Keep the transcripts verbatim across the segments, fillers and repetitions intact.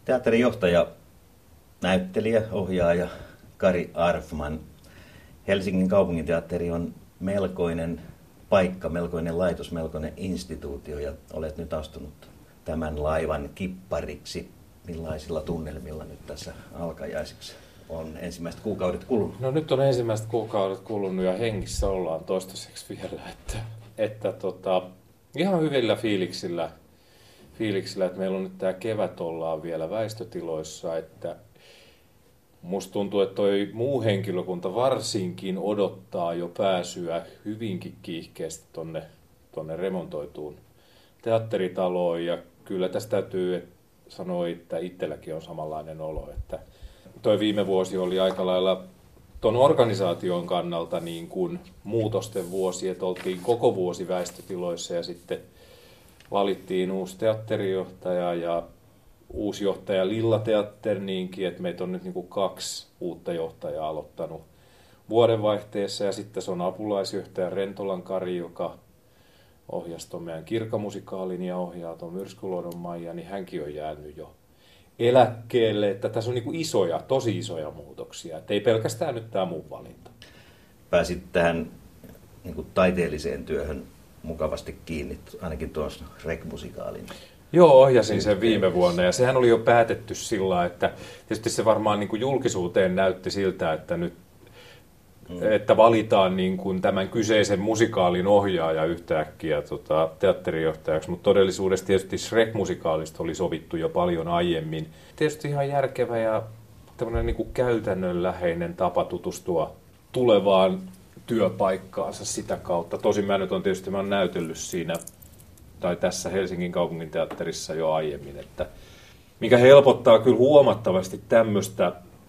Teatterin johtaja, näyttelijä, ohjaaja Kari Arfman. Helsingin kaupunginteatteri on melkoinen paikka, melkoinen laitos, melkoinen instituutio ja olet nyt astunut tämän laivan kippariksi. Millaisilla tunnelmilla nyt tässä alkajaisiksi on ensimmäiset kuukaudet kulunut? No nyt on ensimmäiset kuukaudet kulunut ja hengissä ollaan toistaiseksi vielä, että, että tota, ihan hyvillä fiiliksillä, fiiliksillä, että meillä on nyt tämä kevät ollaan vielä väistötiloissa, että musta tuntuu, että toi muu henkilökunta varsinkin odottaa jo pääsyä hyvinkin kiihkeästi tonne, tonne remontoituun teatteritaloon ja kyllä tästä täytyy sanoa, että itselläkin on samanlainen olo, että toi viime vuosi oli aika lailla ton organisaation kannalta niin kuin muutosten vuosi, että oltiin koko vuosi väistötiloissa ja sitten valittiin uusi teatterijohtaja ja uusi johtaja Lilla Teatterniinkin, että meitä on nyt niin kuin kaksi uutta johtajaa aloittanut vuodenvaihteessa ja sitten se on apulaisjohtaja Rentolan Kari, joka ohjasi tuon meidän kirkkamusikaalin ja ohjaa tuon Myrskyluodon Maija, niin hänkin on jäänyt jo eläkkeelle, että tässä on niin kuin isoja, tosi isoja muutoksia, että ei pelkästään nyt tämä mun valinta. Pääsit tähän niin kuin taiteelliseen työhön mukavasti kiinni, ainakin tuossa Rek-musikaalin. Joo, ohjasin sen viime vuonna ja sehän oli jo päätetty sillä, että tietysti se varmaan niin kuin julkisuuteen näytti siltä, että nyt mm. että valitaan niin kuin tämän kyseisen musikaalin ohjaaja yhtäkkiä tota, teatterijohtajaksi, mutta todellisuudessa tietysti Shrek-musikaalista oli sovittu jo paljon aiemmin. Tietysti ihan järkevä ja tämmöinen niin kuin käytännönläheinen tapa tutustua tulevaan työpaikkaansa sitä kautta. Tosin mä nyt on tietysti mä oon näytellyt siinä tai tässä Helsingin kaupunginteatterissa jo aiemmin, että mikä helpottaa kyllä huomattavasti tämmöistä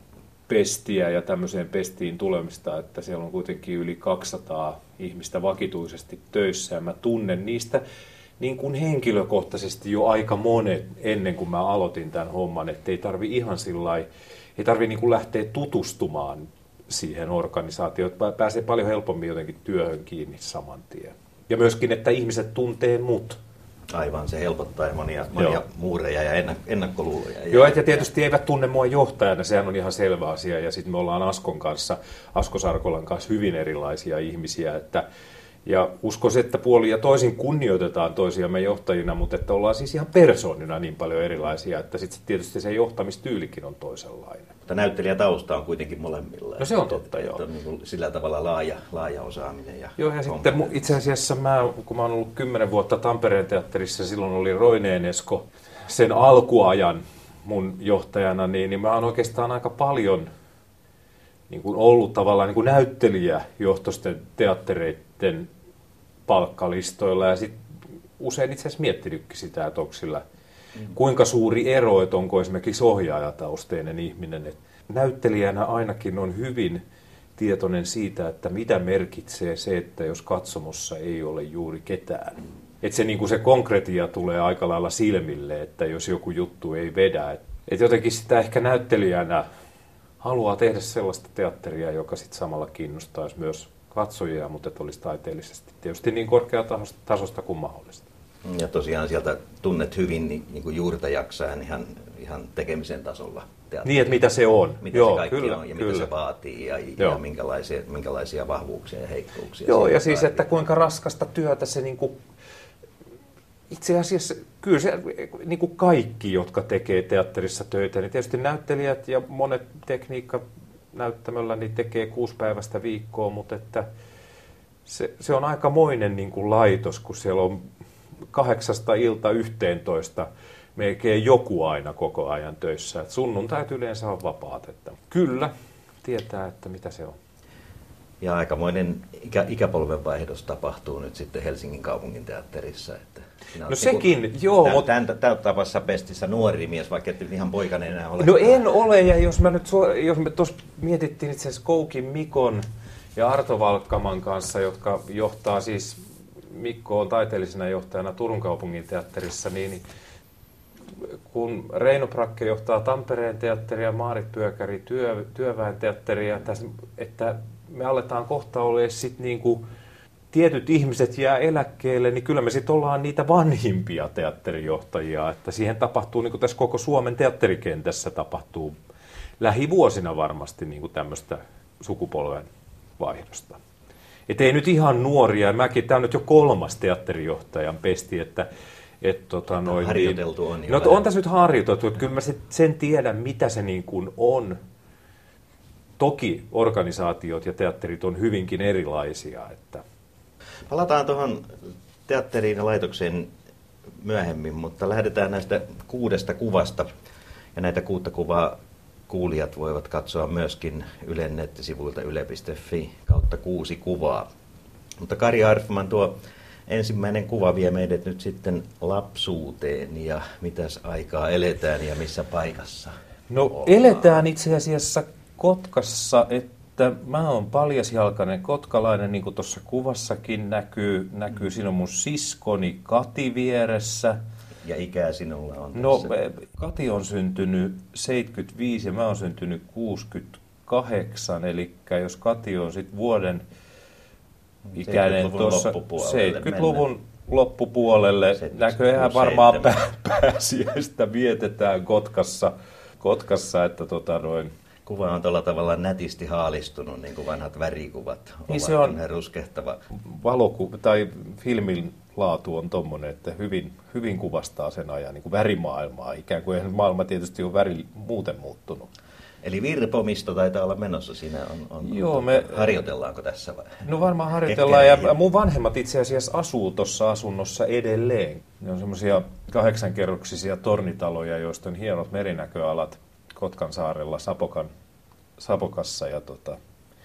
pestiä ja tämmöiseen pestiin tulemista, että siellä on kuitenkin yli kaksisataa ihmistä vakituisesti töissä ja mä tunnen niistä niin kuin henkilökohtaisesti jo aika monet ennen kuin mä aloitin tämän homman, että ei tarvi ihan sillai, ei tarvi niin kuin lähteä tutustumaan siihen organisaatioon, että pääsee paljon helpommin jotenkin työhön kiinni saman tien. Ja myöskin, että ihmiset tuntee mut. Aivan, se helpottaa monia, monia muureja ja ennakkoluuloja. Joo, ja tietysti eivät tunne mua johtajana, sehän on ihan selvä asia. Ja sitten me ollaan Askon kanssa, Asko Sarkolan kanssa hyvin erilaisia ihmisiä. Että, ja uskoisin, että puolin ja toisin kunnioitetaan toisiamme johtajina, mutta että ollaan siis ihan persoonina niin paljon erilaisia, että sitten tietysti se johtamistyylikin on toisenlainen. Mutta näyttelijätausta on kuitenkin molemmilla. No se on totta, että, joo. Että on niin sillä tavalla laaja, laaja osaaminen. Ja joo, ja sitten itse asiassa mä, kun mä oon ollut kymmenen vuotta Tampereen teatterissa, silloin oli Roineen Esko sen alkuajan mun johtajana, niin, niin mä oon oikeastaan aika paljon niin kuin ollut tavallaan niin kuin näyttelijäjohtoisten teattereiden palkkalistoilla, ja sitten usein itse asiassa miettinytkin sitä, että onko sillä kuinka suuri ero, että onko esimerkiksi ohjaajatausteinen ihminen. Et näyttelijänä ainakin on hyvin tietoinen siitä, että mitä merkitsee se, että jos katsomossa ei ole juuri ketään. Että se, niin se konkretia tulee aika lailla silmille, että jos joku juttu ei vedä. Että jotenkin sitä ehkä näyttelijänä haluaa tehdä sellaista teatteria, joka sitten samalla kiinnostaisi myös katsojia, mutta että olisi taiteellisesti tietysti niin korkeatasosta kuin mahdollista. Ja tosiaan sieltä tunnet hyvin niin, niin kuin juurta jaksaen ihan, ihan tekemisen tasolla. Teatteri. Niin, että mitä se on. Mitä Joo, se kaikki kyllä, on ja kyllä. mitä se vaatii ja, ja minkälaisia, minkälaisia vahvuuksia ja heikkouksia. Joo, ja siis, että kuinka raskasta työtä se niin kuin, itse asiassa kyllä se niin kuin kaikki, jotka tekee teatterissa töitä, niin tietysti näyttelijät ja monet tekniikkanäyttämöllä niin tekee kuusipäiväistä viikkoa, mutta että se, se on aikamoinen niin kuin laitos, kun siellä on kahdeksasta ilta yhteentoista melkein joku aina koko ajan töissä. Et sunnuntait yleensä on vapaat. Että kyllä, tietää, että mitä se on. Ja aikamoinen ikä, ikäpolven vaihdos tapahtuu nyt sitten Helsingin kaupunginteatterissa. Että no sekin, niin joo. Tämän, tämän tapassa pestissä nuori mies, vaikka et ihan poikainen enää ole. No en ole, ja jos mä nyt, jos me tuossa mietittiin itse asiassa Koukin Mikon ja Arto Valkkaman kanssa, jotka johtaa siis, Mikko on taiteellisena johtajana Turun kaupunginteatterissa, niin kun Reino Prakke johtaa Tampereen teatteria, Maarit Pyökäri työ, Työväen teatteria, että me aletaan kohta olemaan sitten niinku tietyt ihmiset jää eläkkeelle, niin kyllä me sitten ollaan niitä vanhimpia teatterijohtajia, että siihen tapahtuu, niin kuin tässä koko Suomen teatterikentässä tapahtuu lähivuosina varmasti niin kuin tämmöistä sukupolven vaihdosta. Että ei nyt ihan nuoria, mäkin, tämä on nyt jo kolmas teatterijohtajan pesti, että et, tota, noin, harjoiteltu on niin, no, on tässä nyt harjoiteltu, että kyllä mä sen tiedän, mitä se niin kuin on. Toki organisaatiot ja teatterit on hyvinkin erilaisia. Että... Palataan tuohon teatteriin ja laitokseen myöhemmin, mutta lähdetään näistä kuudesta kuvasta. Ja näitä kuutta kuvaa kuulijat voivat katsoa myöskin Ylen nettisivuilta yle piste fi kautta kuusi kuvaa. Mutta Kari Arfman, tuo ensimmäinen kuva vie meidät nyt sitten lapsuuteen ja mitäs aikaa eletään ja missä paikassa? No ollaan. Eletään itse asiassa Kotkassa, että mä oon paljasjalkainen kotkalainen, niin kuin tuossa kuvassakin näkyy. näkyy. Siinä on mun siskoni Kati vieressä. Ja ikää sinulla on No, tässä? Kati on syntynyt seitsemänkymmentäviisi ja mä oon syntynyt kuusikymmentäkahdeksan, eli jos Kati on sitten vuoden ikäinen tuossa seitsemänkymmentäluvun loppupuolelle, näköjään varmaan pääsiäistä vietetään Kotkassa, Kotkassa että tota noin. Kuva on tuolla tavalla nätisti haalistunut, niin kuin vanhat värikuvat niin ovat, se on ruskehtava. Valoku- tai filmin laatu on tommoinen, että hyvin, hyvin kuvastaa sen ajan niin kuin värimaailmaa. Ikään kuin maailma tietysti on väri muuten muuttunut. Eli virpomisto taitaa olla menossa siinä. On, on, Joo, on, me, harjoitellaanko tässä vai? No varmaan harjoitellaan ja mun vanhemmat itse asiassa asuu tuossa asunnossa edelleen. Ne on semmoisia kahdeksankerroksisia tornitaloja, joista on hienot merinäköalat Kotkan saarella Sapokan, Sapokassa. Ja tota,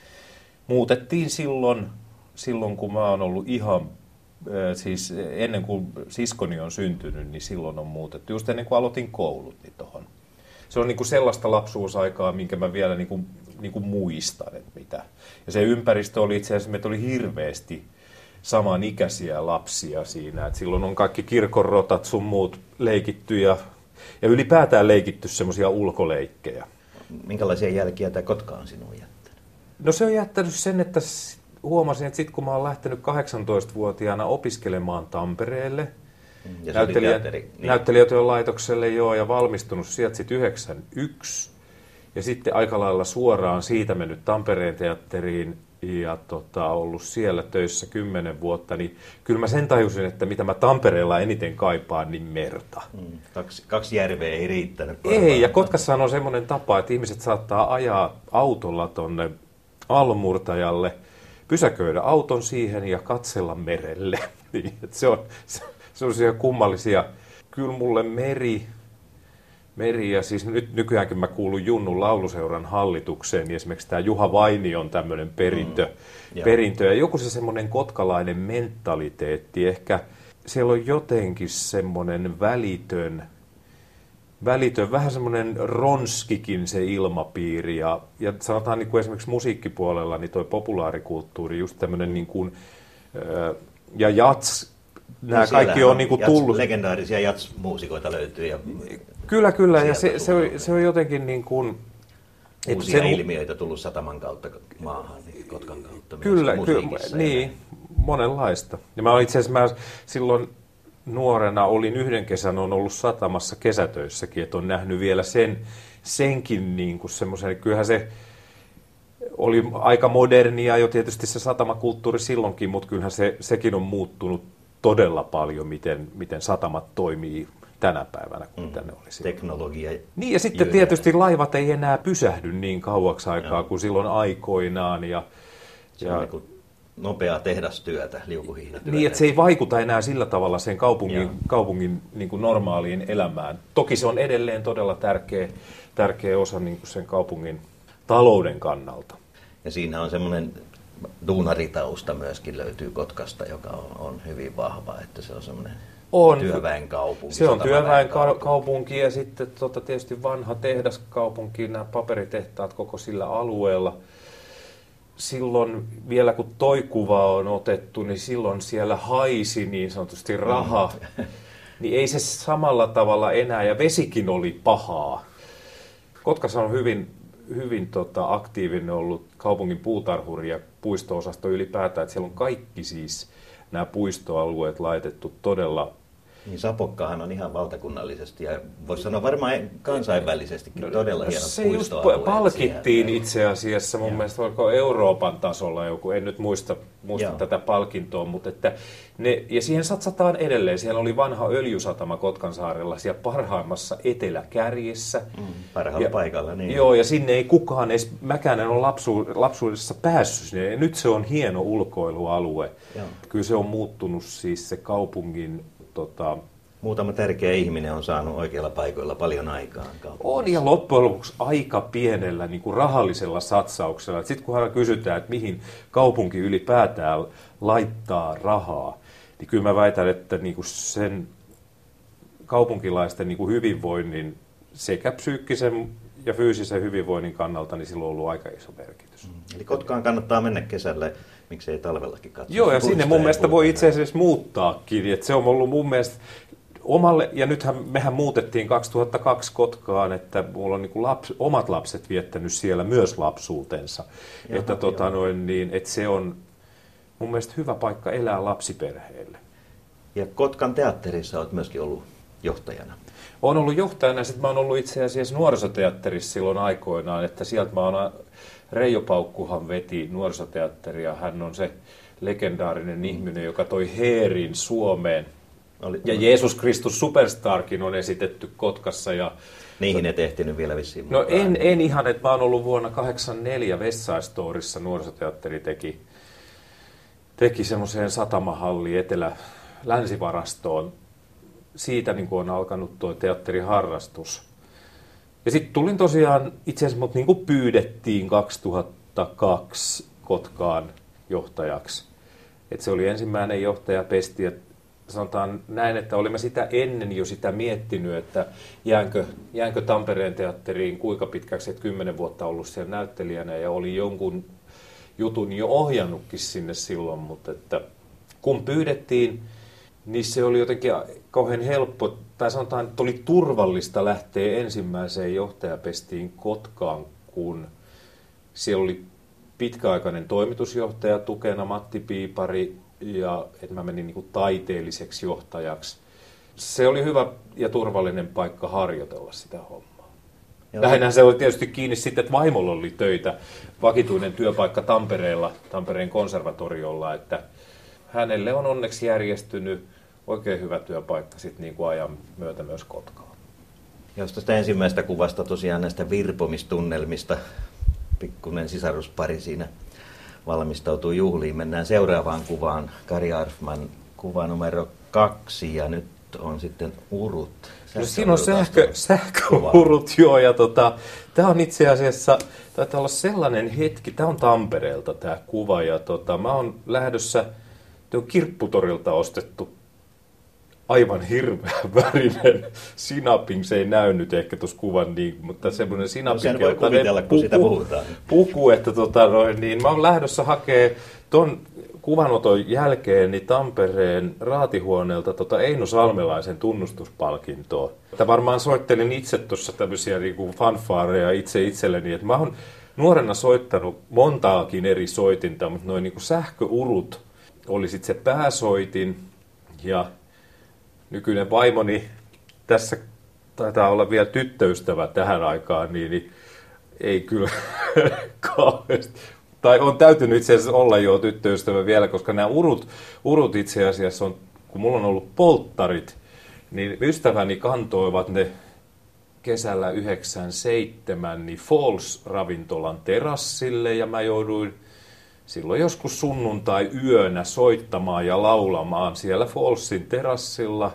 muutettiin silloin, silloin, kun mä oon ollut ihan, äh, siis ennen kuin siskoni on syntynyt, niin silloin on muutettu. Just ennen kuin aloitin koulut, niin tohon. Se on niin kuin sellaista lapsuusaikaa, minkä mä vielä niin kuin, niin kuin muistan, että mitä. Ja se ympäristö oli itse asiassa, meitä oli hirveästi samanikäisiä lapsia siinä. Et silloin on kaikki kirkonrotat sun muut leikitty ja, ja ylipäätään leikitty semmoisia ulkoleikkejä. Minkälaisia jälkiä tämä Kotka on sinuun jättänyt? No se on jättänyt sen, että huomasin, että sitten kun mä oon lähtenyt kahdeksantoistavuotiaana opiskelemaan Tampereelle, ja Näyttelijä, teatteri, niin. näyttelijätyön laitokselle joo, ja valmistunut sieltä sitten yhdeksänkymmentäyksi. Ja sitten aika lailla suoraan siitä mennyt Tampereen teatteriin ja tota, ollut siellä töissä kymmenen vuotta. Niin kyllä mä sen tajusin, että mitä mä Tampereella eniten kaipaan, niin merta. Mm, kaksi, kaksi järveä ei riittänyt. Ei, ja Kotkassa on semmoinen tapa, että ihmiset saattaa ajaa autolla tonne aallonmurtajalle, pysäköidä auton siihen ja katsella merelle. Niin, se on... Se, sellaisia kummallisia. Kyllä mulle meri, meri ja siis nyt nykyäänkin mä kuulun Junnun lauluseuran hallitukseen, niin esimerkiksi tämä Juha Vainion tämmöinen perintö, mm, perintö. Ja joku se semmoinen kotkalainen mentaliteetti, ehkä siellä on jotenkin semmoinen välitön, välitön vähän semmoinen ronskikin se ilmapiiri. Ja, ja sanotaan niin kuin esimerkiksi musiikkipuolella, niin toi populaarikulttuuri, just tämmöinen niin kuin, ja jats, nämä no kaikki on, on niinku tullut. Legendaarisia jats-muusikoita löytyy. Ja kyllä, kyllä. Ja se, se, on, se on jotenkin niin kuin... Uusia sen, ilmiöitä tullut Sataman kautta maahan, niin Kotkan kautta. Kyllä, kyllä niin, monenlaista. Ja mä itse asiassa mä silloin nuorena olin yhden kesän, on ollut Satamassa kesätöissäkin, että on nähnyt vielä sen, senkin niin kuin semmoisen, kyllähän se oli aika modernia jo tietysti se satamakulttuuri silloinkin, mutta kyllähän se, sekin on muuttunut todella paljon, miten, miten satamat toimii tänä päivänä, kun mm. tänne oli silloin. Teknologia. Niin, ja sitten jyydään. Tietysti laivat ei enää pysähdy niin kauaksi aikaa kuin silloin aikoinaan. Ja, se ja, on niin kuin nopeaa tehdastyötä, liukuhihnatyötä. Niin, että se ei vaikuta enää sillä tavalla sen kaupungin, kaupungin niin kuin normaaliin elämään. Toki se on edelleen todella tärkeä, tärkeä osa niin kuin sen kaupungin talouden kannalta. Ja siinä on semmoinen duunaritausta myöskin löytyy Kotkasta, joka on, on hyvin vahva, että se on semmoinen on. työväenkaupunki. Se on työväenkaupunki ja sitten tota, tietysti vanha tehdaskaupunki, nämä paperitehtaat koko sillä alueella. Silloin vielä kun toi kuva on otettu, niin silloin siellä haisi niin sanotusti raha. Mm. Niin ei se samalla tavalla enää, ja vesikin oli pahaa. Kotkassa on hyvin, hyvin tota, aktiivinen ollut kaupungin puutarhuri ja puisto-osasto ylipäätään, että siellä on kaikki siis nämä puistoalueet laitettu todella. Niin Sapokkahan on ihan valtakunnallisesti ja voisi sanoa varmaan kansainvälisestikin todella hienot se puistoalueet. Se palkittiin siellä. Itse asiassa mun Joo. mielestä oliko Euroopan tasolla joku, en nyt muista, muista tätä palkintoa, mutta että ne, ja siihen satsataan edelleen. Siellä oli vanha öljysatama Kotkansaarella siellä parhaimmassa eteläkärjessä. Mm, parhaalla ja, paikalla, niin. Joo, ja sinne ei kukaan edes, mäkään en ole lapsu, lapsuudessa päässyt sinne. Nyt se on hieno ulkoilualue. Joo. Kyllä se on muuttunut siis se kaupungin. Tota, Muutama tärkeä ihminen on saanut oikeilla paikoilla paljon aikaan. On ja loppujen lopuksi aika pienellä niin kuin rahallisella satsauksella. Sitten kun hän kysytään, että mihin kaupunki ylipäätään laittaa rahaa, niin kyllä mä väitän, että niin kuin sen kaupunkilaisten niin kuin hyvinvoinnin sekä psyykkisen ja fyysisen hyvinvoinnin kannalta, niin sillä on ollut aika iso merkitys. Mm. Eli Kotkaan kannattaa mennä kesälle. Miksei talvellakin katsoa. Joo, ja sinne mun mielestä voi itse asiassa muuttaakin. Että se on ollut mun mielestä omalle, ja nythän mehän muutettiin kaksituhattakaksi Kotkaan, että mulla on niin kuin laps, omat lapset viettänyt siellä myös lapsuutensa. Jaha, että, tota noin, niin, että se on mun mielestä hyvä paikka elää lapsiperheelle. Ja Kotkan teatterissa olet myöskin ollut johtajana. Olen ollut johtajana, ja sitten mä oon ollut itse asiassa nuorisoteatterissa silloin aikoinaan, että sieltä mä oon Reijo Paukkuhan veti nuorisoteatteria. Hän on se legendaarinen ihminen, joka toi Heerin Suomeen. Oli, ja Jeesus Kristus Superstarkin on esitetty Kotkassa. Ja niihin et ehtinyt vielä vissiin mukaan. No en, en ihan, että mä oon ollut vuonna kahdeksankymmentäneljä West Side Storyssa. Nuorisoteatteri teki, teki semmoiseen satamahalliin Etelä-Länsivarastoon. Siitä niin on alkanut tuo teatteriharrastus. Ja sitten tulin tosiaan, itse asiassa mut niin pyydettiin kaksituhattakaksi Kotkaan johtajaksi. Et se oli ensimmäinen johtajapesti. Et sanotaan näin, että olimme sitä ennen jo sitä miettinyt, että jäänkö, jäänkö Tampereen teatteriin kuinka pitkäksi, että kymmenen vuotta ollut siellä näyttelijänä ja oli jonkun jutun jo ohjannutkin sinne silloin. Mutta että kun pyydettiin, niin se oli jotenkin kauhean helppo, tai sanotaan, että oli turvallista lähteä ensimmäiseen johtajapestiin Kotkaan, kun siellä oli pitkäaikainen toimitusjohtaja tukena Matti Piipari, ja että mä menin niin kuin taiteelliseksi johtajaksi. Se oli hyvä ja turvallinen paikka harjoitella sitä hommaa. Lähinnä se oli tietysti kiinni sitten, että vaimolla oli töitä, vakituinen työpaikka Tampereella, Tampereen konservatoriolla, että hänelle on onneksi järjestynyt oikein hyvä työpaikka sitten niin kuin ajan myötä myös Kotkaan. Jos tästä ensimmäistä kuvasta tosiaan näistä virpomistunnelmista, pikkuinen sisaruspari siinä valmistautuu juhliin. Mennään seuraavaan kuvaan, Kari Arfman, kuva numero kaksi, ja nyt on sitten urut. No, siinä on sähkö, sähköurut, joo, ja tota, tämä on itse asiassa, taitaa olla sellainen hetki, tämä on Tampereelta tämä kuva, ja tota, mä oon lähdössä, on Kirpputorilta ostettu aivan hirveän värinen sinaping, se ei näy nyt ehkä tuossa kuvan niin, mutta semmoinen sinaping, no, voi kuvitella, kun puku, sitä puhutaan. Puku, että tota, noin, niin mä oon lähdössä hakee ton kuvanoton jälkeen niin Tampereen raatihuoneelta tota Eino Salmelaisen tunnustuspalkintoa. Että varmaan soittelin itse tuossa tämmöisiä niinku fanfaareja itse itselleni, että mä oon nuorena soittanut montaakin eri soitinta, mutta noin niinku sähköurut oli sitten se pääsoitin, ja nykyinen vaimoni, tässä taitaa olla vielä tyttöystävä tähän aikaan, niin, niin ei kyllä kauheasti. Tai on täytynyt itse asiassa olla jo tyttöystävä vielä, koska nämä urut, urut itse asiassa on, kun mulla on ollut polttarit, niin ystäväni kantoivat ne kesällä yhdeksänkymmentäseitsemän niin Falls-ravintolan terassille, ja mä jouduin silloin joskus sunnuntai-yönä soittamaan ja laulamaan siellä Fallsin terassilla.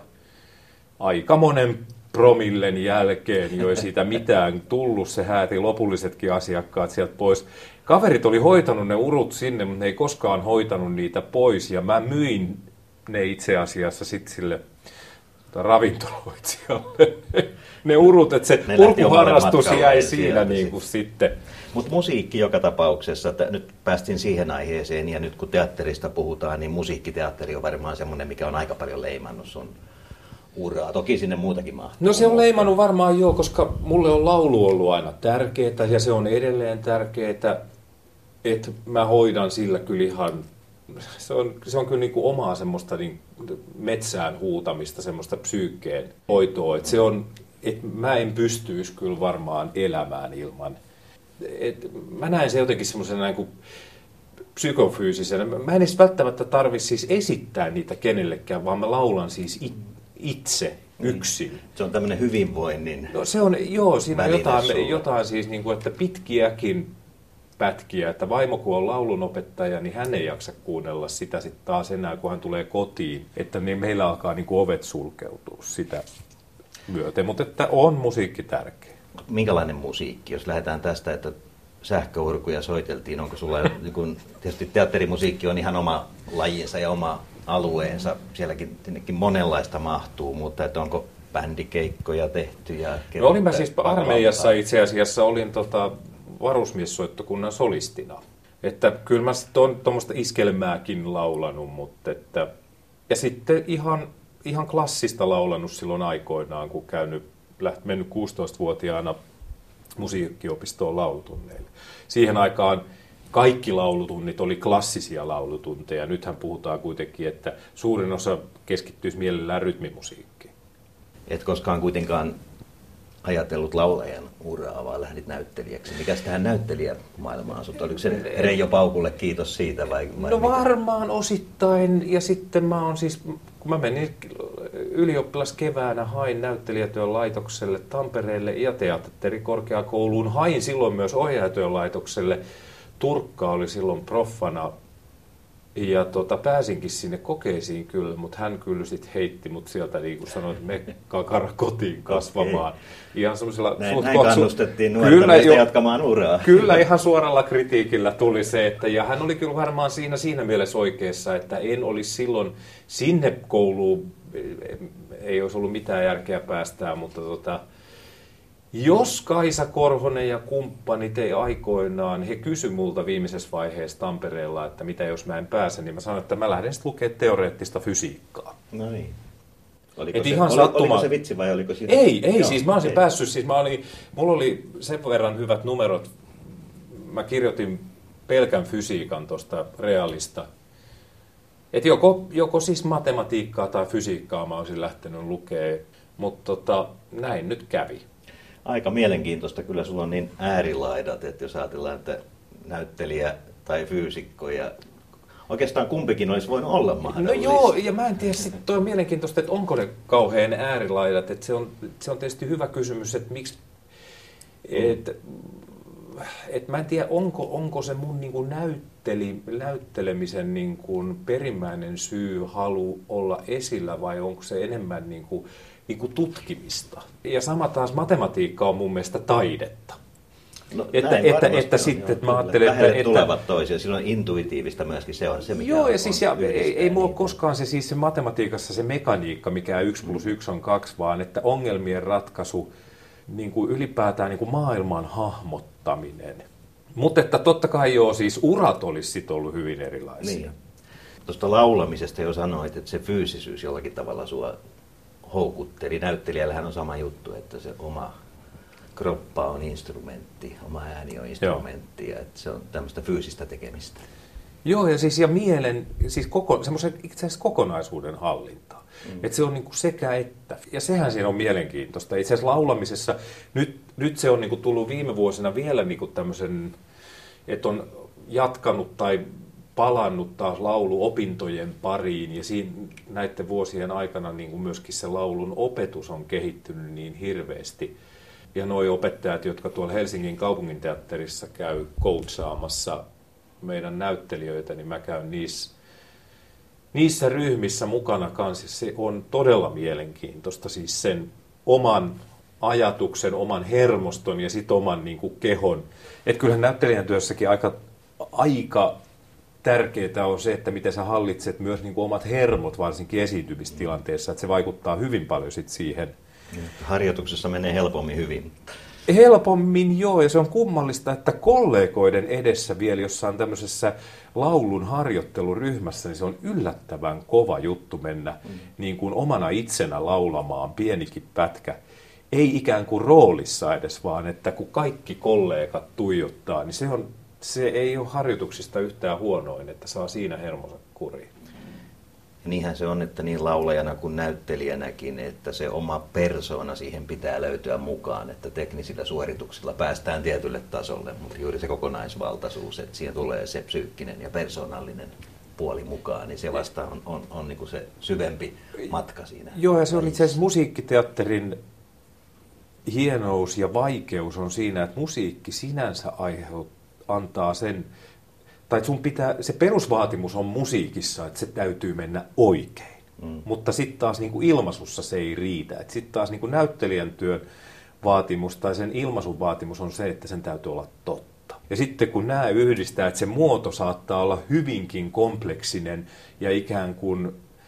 Aika monen promillen jälkeen jo ei siitä mitään tullut. Se hääti lopullisetkin asiakkaat sieltä pois. Kaverit oli hoitanut ne urut sinne, mutta ne ei koskaan hoitanut niitä pois. Ja mä myin ne itse asiassa sitten sille ravintoloitsijalle. Ne urut, että se urkuharrastus jäi siinä niin kuin sitten. Mutta musiikki joka tapauksessa, että nyt päästiin siihen aiheeseen, ja nyt kun teatterista puhutaan, niin musiikkiteatteri on varmaan semmoinen, mikä on aika paljon leimannut sun uraa? Toki sinne muutakin mahtuu. No se on leimannut varmaan joo, koska mulle on laulu ollut aina tärkeää ja se on edelleen tärkeää, että mä hoidan sillä kyllä ihan, se on, se on kyllä niin kuin omaa semmoista niin metsään huutamista, semmoista psyykkeen hoitoa, että se on, että mä en pystyisi kyllä varmaan elämään ilman. Et mä näen se jotenkin semmoisena niin kuin psykofyysisenä. Mä en edes välttämättä tarvitse siis esittää niitä kenellekään, vaan mä laulan siis itse yksin. Se on tämmöinen hyvinvoinnin no, se on, joo, siinä on jotain, sulle. jotain siis, niin kuin, että pitkiäkin pätkiä, että vaimo kun on laulunopettaja, niin hän ei jaksa kuunnella sitä sitten taas enää, kun hän tulee kotiin. Että niin meillä alkaa niin kuin ovet sulkeutua sitä myöten, mutta että on musiikki tärkeä. Minkälainen musiikki, jos lähdetään tästä, että sähköurkuja soiteltiin, onko sulla, kun tietysti teatterimusiikki on ihan oma lajinsa ja oma alueensa, sielläkin monenlaista mahtuu, mutta että onko bändikeikkoja tehty? Ja no olin mä siis armeijassa itse asiassa, olin tota varusmiessoittokunnan solistina. Että kyllä mä on tuommoista iskelmääkin laulanut, mutta että, ja sitten ihan, ihan klassista laulanut silloin aikoinaan, kun käynyt, läht, mennyt kuusitoistavuotiaana musiikkiopistoon laulutunneille. Siihen aikaan kaikki laulutunnit oli klassisia laulutunteja. Nythän puhutaan kuitenkin, että suurin osa keskittyisi mielellään rytmimusiikkiin. Et koskaan kuitenkaan ajatellut laulajan uraa, vaan lähdit näyttelijäksi. Mikäs tähän näyttelijämaailmaan sut? Oliko se Reijo Paukulle kiitos siitä? Vai, vai no mitä? varmaan osittain. Ja sitten mä oon siis, kun mä menin ylioppilaskeväänä, hain näyttelijätyön laitokselle Tampereelle ja teatterikorkeakouluun. Hain silloin myös ohjaajatyön laitokselle. Turkka oli silloin proffana ja tota, pääsinkin sinne kokeisiin kyllä, mutta hän kyllä sitten heitti mut sieltä, niin kuin sanoin, että me kakara kotiin kasvamaan. Okay. Ihan semmoisella näin, suht näin kohtu... kannustettiin nuorta meistä jatkamaan uraa. Kyllä ihan suoralla kritiikillä tuli se, että ja hän oli kyllä varmaan siinä, siinä mielessä oikeassa, että en olisi silloin sinne kouluun, ei olisi ollut mitään järkeä päästää, mutta tota, jos Kaisa Korhonen ja kumppanit ei aikoinaan, he kysyi multa viimeisessä vaiheessa Tampereella, että mitä jos mä en pääse, niin mä sanoin, että mä lähden sitten lukemaan teoreettista fysiikkaa. No niin. Oliko Et se, ihan oli, sattuma... oliko se vitsi vai oliko siinä? Ei, ei Joo, siis mä olisin ei. päässyt, siis mä olin, mulla oli sen verran hyvät numerot, mä kirjoitin pelkän fysiikan tuosta realista. Että joko, joko siis matematiikkaa tai fysiikkaa mä olisin lähtenyt lukemaan, mutta tota, näin nyt kävi. Aika mielenkiintoista. Kyllä sulla on niin äärilaidat, että jos ajatellaan, että näyttelijä tai fyysikko ja oikeastaan kumpikin olisi voinut olla mahdollista. No joo, ja mä en tiedä, sitten toi on mielenkiintoista, että onko ne kauhean äärilaidat. Että se, on, se on tietysti hyvä kysymys, että miksi, että et mä en tiedä, onko, onko se mun niin kuin näytteli, näyttelemisen niin kuin perimmäinen syy halu olla esillä vai onko se enemmän niin kuin, niin kuin tutkimista. Ja sama taas matematiikka on mun mielestä taidetta. No, että että, että sitten mä ajattelen, että... Lähelle tulevat toisiaan, silloin intuitiivista myöskin se on se, mikä joo, ja on, siis ja ei, ei mulla niitä. koskaan se, siis se matematiikassa se mekaniikka, mikä yksi plus yksi on kaksi, vaan että ongelmien ratkaisu, niin kuin ylipäätään niin kuin maailman hahmottaminen. Mutta että totta kai joo, siis urat olisi sit ollut hyvin erilaisia. Niin. Tuosta laulamisesta jo sanoit, että se fyysisyys jollakin tavalla sua houkutteli. Näyttelijällähän on sama juttu, että se oma kroppa on instrumentti, oma ääni on instrumentti, ja että se on tämmöistä fyysistä tekemistä. Joo, ja siis ja mielen, siis koko, semmoisen itse asiassa kokonaisuuden hallintaa. Mm. Että se on niinku sekä että. Ja sehän siinä on mielenkiintoista. Itse asiassa laulamisessa, nyt, nyt se on niinku tullut viime vuosina vielä niinku tämmöisen, että on jatkanut tai palannut taas lauluopintojen pariin. Ja siinä, näiden vuosien aikana niinku myöskin se laulun opetus on kehittynyt niin hirveästi. Ja nuo opettajat, jotka tuolla Helsingin kaupunginteatterissa käy coachaamassa meidän näyttelijöitä, niin mä käyn niissä, niissä ryhmissä mukana kanssa. Se on todella mielenkiintoista, siis sen oman ajatuksen, oman hermoston ja sitten oman niin kuin kehon. Että kyllähän näyttelijän työssäkin aika, aika tärkeää on se, että miten sä hallitset myös niin kuin omat hermot, varsinkin esiintymistilanteessa, että se vaikuttaa hyvin paljon sit siihen. Harjoituksessa menee helpommin hyvin. Helpommin joo, ja se on kummallista, että kollegoiden edessä vielä jossain tämmöisessä laulun harjoitteluryhmässä, niin se on yllättävän kova juttu mennä mm. niin kuin omana itsenä laulamaan pienikin pätkä. Ei ikään kuin roolissa edes, vaan että kun kaikki kollegat tuijottaa, niin se, on, se ei ole harjoituksista yhtään huonoin, että saa siinä hermonsa kuriin. Ja niinhän se on, että niin laulajana kuin näyttelijänäkin, että se oma persoona siihen pitää löytyä mukaan, että teknisillä suorituksilla päästään tietylle tasolle, mutta juuri se kokonaisvaltaisuus, että siihen tulee se psyykkinen ja persoonallinen puoli mukaan, niin se vasta on, on, on niin kuin se syvempi matka siinä. Joo, ja se on itse asiassa musiikkiteatterin hienous ja vaikeus on siinä, että musiikki sinänsä aiheut, antaa sen, tai sun pitää, se perusvaatimus on musiikissa, että se täytyy mennä oikein. Mm. Mutta sitten taas niin kuin ilmaisussa se ei riitä. Sitten taas niin kuin näyttelijän työn vaatimus tai sen ilmaisun vaatimus on se, että sen täytyy olla totta. Ja sitten kun nämä yhdistää, että se muoto saattaa olla hyvinkin kompleksinen ja ikään kuin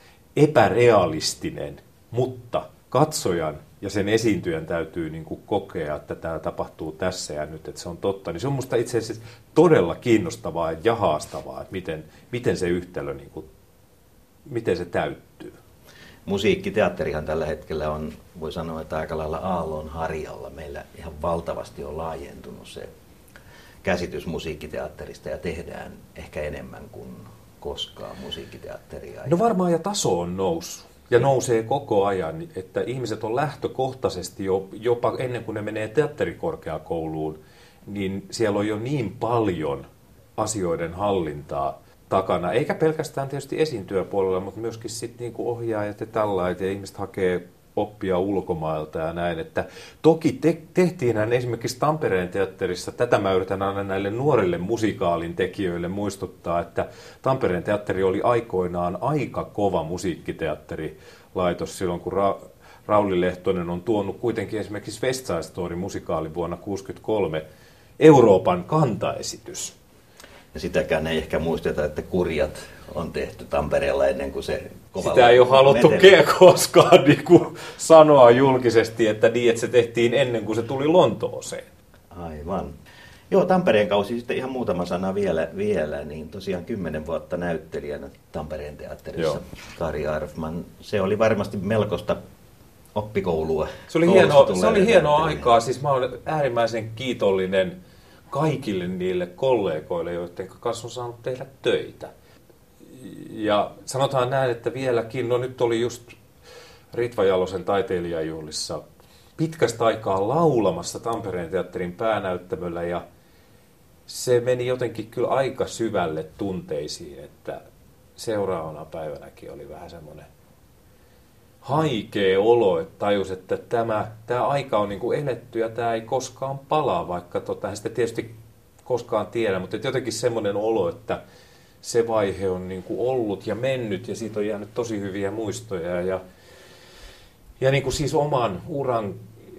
epärealistinen, mutta katsojan ja sen esiintyjän täytyy niin kuin kokea, että tämä tapahtuu tässä ja nyt, että se on totta. Niin se on musta itse asiassa todella kiinnostavaa ja haastavaa, että miten, miten se yhtälö, niin kuin, miten se täyttyy. Musiikkiteatterihan tällä hetkellä on, voi sanoa, että aika lailla aallon harjalla. Meillä ihan valtavasti on laajentunut se käsitys musiikkiteatterista ja tehdään ehkä enemmän kuin koskaan musiikkiteatteria. No varmaan ja taso on noussut. Ja nousee koko ajan, että ihmiset on lähtökohtaisesti jo, jopa ennen kuin ne menee teatterikorkeakouluun, niin siellä on jo niin paljon asioiden hallintaa takana. Eikä pelkästään tietysti esiintyjäpuolella, mutta myöskin sitten niinku ohjaajat ja tällaiset, ja ihmiset hakee oppia ulkomailta ja näin. Että toki te- tehtiin esimerkiksi Tampereen teatterissa, tätä mä yritän aina näille nuorille musikaalin tekijöille muistuttaa, että Tampereen teatteri oli aikoinaan aika kova musiikkiteatterilaitos silloin, kun Ra- Rauli Lehtonen on tuonut kuitenkin esimerkiksi West Side Story -musikaalin vuonna tuhatyhdeksänsataakuusikymmentäkolme Euroopan kantaesitys. Ja sitäkään ei ehkä muisteta, että Kurjat on tehty Tampereella ennen kuin se kovalla... Sitä ei ole haluttu meteli. koskaan niin kuin sanoa julkisesti, että niin, että se tehtiin ennen kuin se tuli Lontooseen. Aivan. Joo, Tampereen kausi sitten ihan muutama sana vielä, vielä niin tosiaan kymmenen vuotta näyttelijänä Tampereen teatterissa. Joo. Kari Arfman. Se oli varmasti melkoista oppikoulua. Se oli, hieno, se oli hienoa aikaa, siis mä olen äärimmäisen kiitollinen kaikille niille kollegoille, joiden kanssa on saanut tehdä töitä. Ja sanotaan näin, että vieläkin, no nyt oli just Ritva Jalosen taiteilijajuhlissa pitkästä aikaa laulamassa Tampereen teatterin päänäyttämöllä, ja se meni jotenkin kyllä aika syvälle tunteisiin, että seuraavana päivänäkin oli vähän semmoinen haikea olo, että tajus, että tämä, tämä aika on niin kuin eletty ja tämä ei koskaan palaa, vaikka tota, en sitä tietysti koskaan tiedä, mutta jotenkin semmoinen olo, että se vaihe on niin kuin ollut ja mennyt ja siitä on jäänyt tosi hyviä muistoja ja, ja niin kuin siis oman uran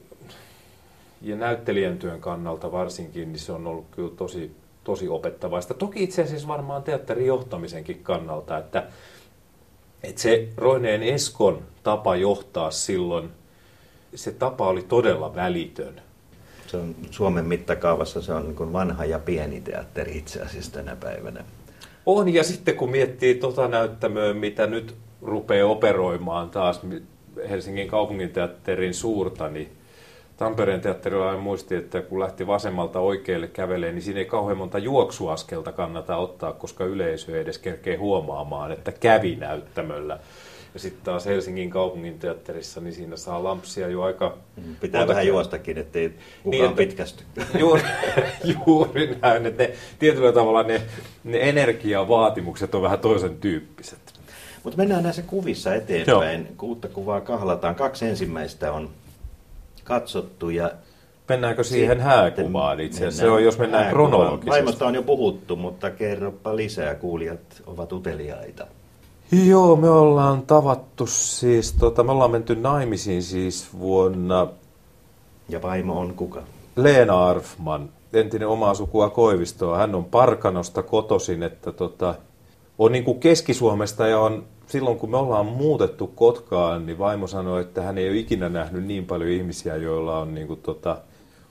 ja näyttelijän työn kannalta varsinkin, niin se on ollut kyllä tosi, tosi opettavaista. Toki itse asiassa varmaan teatterin johtamisenkin kannalta, että Että se Roineen Eskon tapa johtaa silloin, se tapa oli todella välitön. Se on Suomen mittakaavassa se on niin kuin vanha ja pieni teatteri itse asiassa tänä päivänä. On, ja sitten kun miettii tota näyttämöä, mitä nyt rupeaa operoimaan taas Helsingin kaupunginteatterin suurta, niin Tampereen teatterilla muisti, että kun lähti vasemmalta oikealle kävelemään, niin siinä ei kauhean monta juoksuaskelta kannata ottaa, koska yleisö ei edes kerkee huomaamaan, että kävi näyttämöllä. Ja sitten taas Helsingin kaupunginteatterissa, niin siinä saa lampsia jo aika... Pitää vähän kertaa juostakin, ettei kukaan niin, pitkästy. Juuri, juuri näin, että ne, tietyllä tavalla ne, ne energiavaatimukset on vähän toisen tyyppiset. Mutta mennään näissä kuvissa eteenpäin. Joo. Kuutta kuvaa kahlataan. Kaksi ensimmäistä on katsottu ja... Mennäänkö siihen hääkuvaan itse asiassa? Se on, jos mennään hääkuvaan kronologisesti. Vaimosta on jo puhuttu, mutta kerropa lisää. Kuulijat ovat uteliaita. Joo, me ollaan tavattu siis, tota, me ollaan menty naimisiin siis vuonna... Ja vaimo on kuka? Leena Arfman, entinen omaa sukua Koivistoa. Hän on Parkanosta kotoisin, että tota, on niin kuin Keski-Suomesta ja on... Silloin kun me ollaan muutettu Kotkaan, niin vaimo sanoi, että hän ei ole ikinä nähnyt niin paljon ihmisiä, joilla on niin kuin, tota,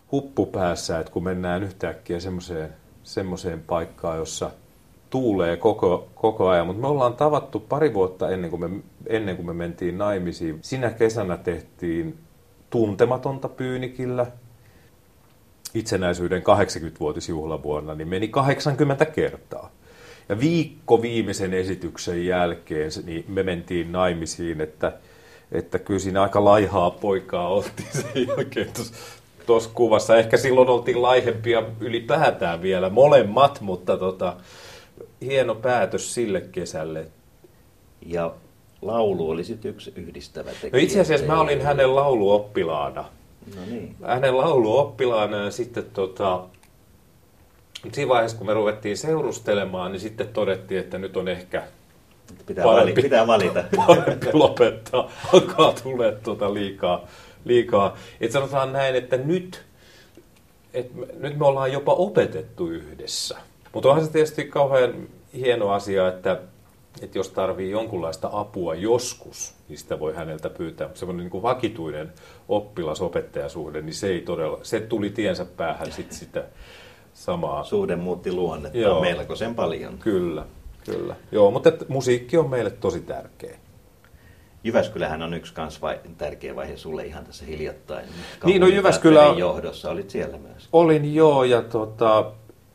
huppu päässä, että kun mennään yhtäkkiä semmoiseen, semmoiseen paikkaan, jossa tuulee koko, koko ajan. Mutta me ollaan tavattu pari vuotta ennen kuin, me, ennen kuin me mentiin naimisiin. Sinä kesänä tehtiin Tuntematonta Pyynikillä. Itsenäisyyden kahdeksankymmenvuotisjuhlavuonna, niin meni kahdeksankymmentä kertaa. Ja viikko viimeisen esityksen jälkeen niin me mentiin naimisiin, että, että kyllä siinä aika laihaa poikaa oltiin sen jälkeen tuossa kuvassa. Ehkä silloin oltiin laihempia ylipäätään vielä molemmat, mutta tota, hieno päätös sille kesälle. Ja laulu oli sitten yksi yhdistävä tekijä. No itse asiassa mä olin hänen lauluoppilaana. No niin. Hänen lauluoppilaana ja sitten tota, siinä vaiheessa, kun me ruvettiin seurustelemaan, niin sitten todettiin, että nyt on ehkä pitää, parempi, vali, pitää valita. Parempi lopettaa. Alkaa tulee tuota liikaa. liikaa. Et sanotaan näin, että nyt, et me, nyt me ollaan jopa opetettu yhdessä. Mutta onhan se tietysti kauhean hieno asia, että, että jos tarvii jonkunlaista apua joskus, niin sitä voi häneltä pyytää. Mutta semmoinen niin kuin vakituinen oppilas-opettajasuhde, niin se ei todella, se tuli tiensä päähän sit sitä samaa. Suhde muutti luonnetta Joo. melkoisen paljon. Kyllä, kyllä. Joo, mutta et, musiikki on meille tosi tärkeä. Jyväskylähän on yksi kans vai, tärkeä vaihe sulle ihan tässä hiljattain. Niin, no Jyväskylä johdossa olit siellä myös. Olin joo, ja tota,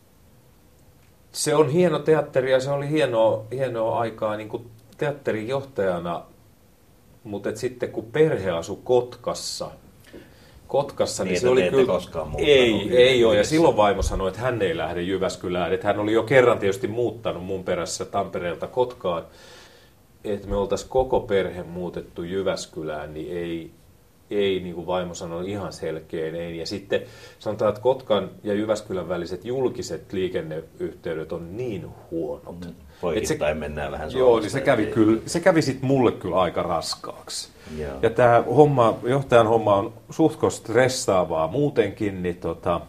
se on hieno teatteri ja se oli hienoa, hienoa aikaa niin kuin teatterijohtajana, mutta et sitten kun perhe asui Kotkassa, Kotkassa, niin, niin se oli kyllä... koskaan ei, ei ole, ja silloin vaimo sanoi, että hän ei lähde Jyväskylään, että hän oli jo kerran tietysti muuttanut mun perässä Tampereelta Kotkaan, että me oltaisiin koko perhe muutettu Jyväskylään, niin ei, ei niin kuin vaimo sanoi ihan selkeän ei. Ja sitten sanotaan, että Kotkan ja Jyväskylän väliset julkiset liikenneyhteydet on niin huonot. Mm, poikittain mennään vähän Joo, niin se kävi, kyllä, se kävi sitten mulle kyllä aika raskaaksi. Joo. Ja tämä homma, johtajan homma on suhtko stressaavaa muutenkin, niin, tota,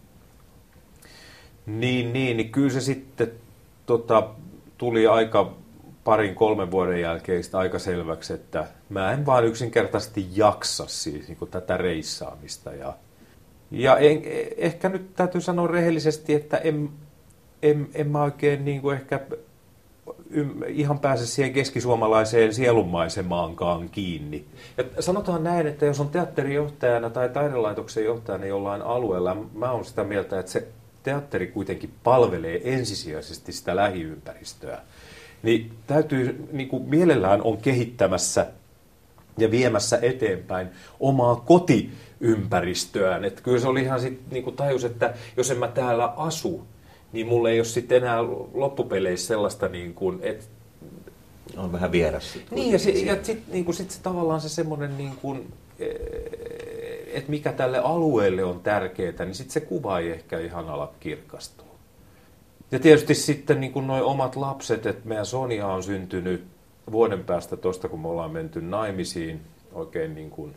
niin, niin, niin kyllä se sitten tota, tuli aika parin kolmen vuoden jälkeen aika selväksi, että mä en vaan yksinkertaisesti jaksa siis niin kuin tätä reissaamista. Ja, ja en, ehkä nyt täytyy sanoa rehellisesti, että en, en, en mä oikein niin kuin ehkä ihan pääse siihen keskisuomalaiseen sielunmaisemaankaan kiinni. Ja sanotaan näin, että jos on teatterijohtajana tai taidelaitoksen johtajana jollain alueella, mä oon sitä mieltä, että se teatteri kuitenkin palvelee ensisijaisesti sitä lähiympäristöä. Niin täytyy, niin kuin mielellään on kehittämässä ja viemässä eteenpäin omaa kotiympäristöään. Että kyllä se oli ihan sitten niin kuin tajus, että jos en mä täällä asu, niin mulla ei ole sitten enää loppupeleissä sellaista niin kuin, että... On vähän vieras sitten. Niin, ja, se, ja sitten niin sit se, tavallaan se semmoinen, niin kuin, että mikä tälle alueelle on tärkeää, niin sitten se kuva ei ehkä ihan ala kirkastua. Ja tietysti sitten niin kuin nuo omat lapset, että meidän Sonia on syntynyt vuoden päästä tuosta, kun me ollaan menty naimisiin oikein niin kuin,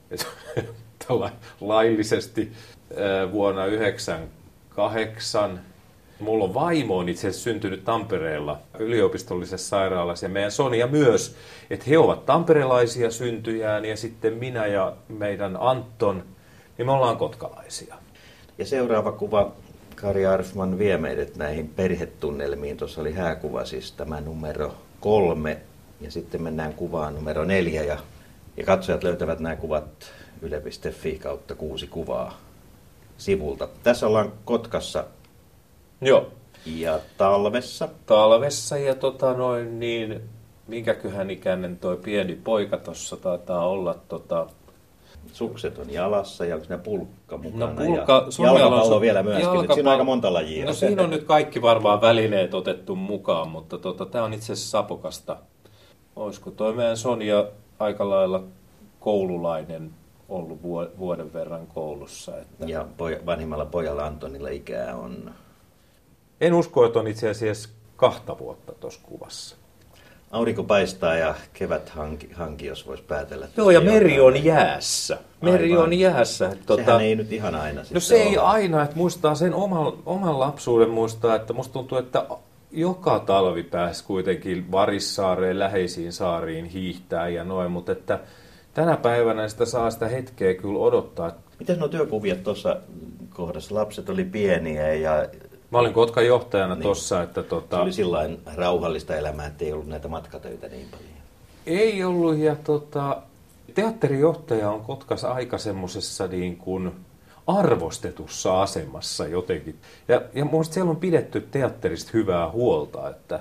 laillisesti vuonna yhdeksänkymmentäkahdeksan. Mulla on vaimo on itse asiassa syntynyt Tampereella yliopistollisessa sairaalassa ja meidän Sonia myös, että he ovat tamperelaisia syntyjään ja sitten minä ja meidän Anton, niin me ollaan kotkalaisia. Ja seuraava kuva, Kari Arfman vie meidät näihin perhetunnelmiin. Tuossa oli hääkuva siis tämä numero kolme ja sitten mennään kuvaan numero neljä ja, ja katsojat löytävät nämä kuvat yle piste fi kautta kuusi kuvaa sivulta. Tässä ollaan Kotkassa. Joo. Ja talvessa. Talvessa ja tota noin niin, minkäköhän ikäinen toi pieni poika tuossa taitaa olla tota... Sukset on jalassa ja onko siinä pulkka mukana? No pulkka, ja jalkapallo vielä myöskin. Jalkapallo. Siinä on aika monta lajia. No siinä on nyt kaikki varmaan välineet otettu mukaan, mutta tota, tämä on itse asiassa Sapokasta. Olisiko toi meidän Sonia aika lailla koululainen ollut vuoden verran koulussa? Että... Ja poja, vanhimmalla pojalla Antonilla ikää on... En usko, että on itse asiassa kahta vuotta tuossa kuvassa. Aurinko paistaa ja kevät hanki, hanki jos voisi päätellä. Joo, ja meri on jäässä. Meri Aivan. on jäässä. Tuota, Sehän ei nyt ihan aina. No se ei ole. aina, että muistaa sen oman, oman lapsuuden muistaa, että musta tuntuu, että joka talvi pääsi kuitenkin Varissaareen, läheisiin saariin hiihtää ja noin, mutta että tänä päivänä sitä saa sitä hetkeä kyllä odottaa. Mitäs nuo työkuviot tuossa kohdassa? Lapset oli pieniä ja... Mä olin Kotkan johtajana niin, tuossa, että tota... Se oli sillain rauhallista elämää, ettei ollut näitä matkatöitä niin paljon. Ei ollut, ja tota... Teatterijohtaja on Kotkassa aika semmoisessa niin kuin arvostetussa asemassa jotenkin. Ja, ja mun mielestä siellä on pidetty teatterista hyvää huolta, että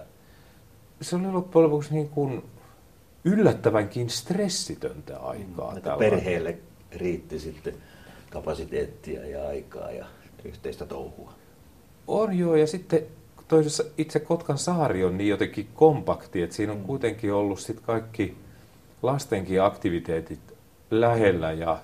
se oli loppujen lopuksi niin kuin yllättävänkin stressitöntä aikaa. Mm, että perheelle riitti sitten kapasiteettia ja aikaa ja yhteistä touhua. On joo, ja sitten toisessa itse Kotkan saari on niin jotenkin kompakti, että siinä on mm. kuitenkin ollut sitten kaikki lastenkin aktiviteetit lähellä. Ja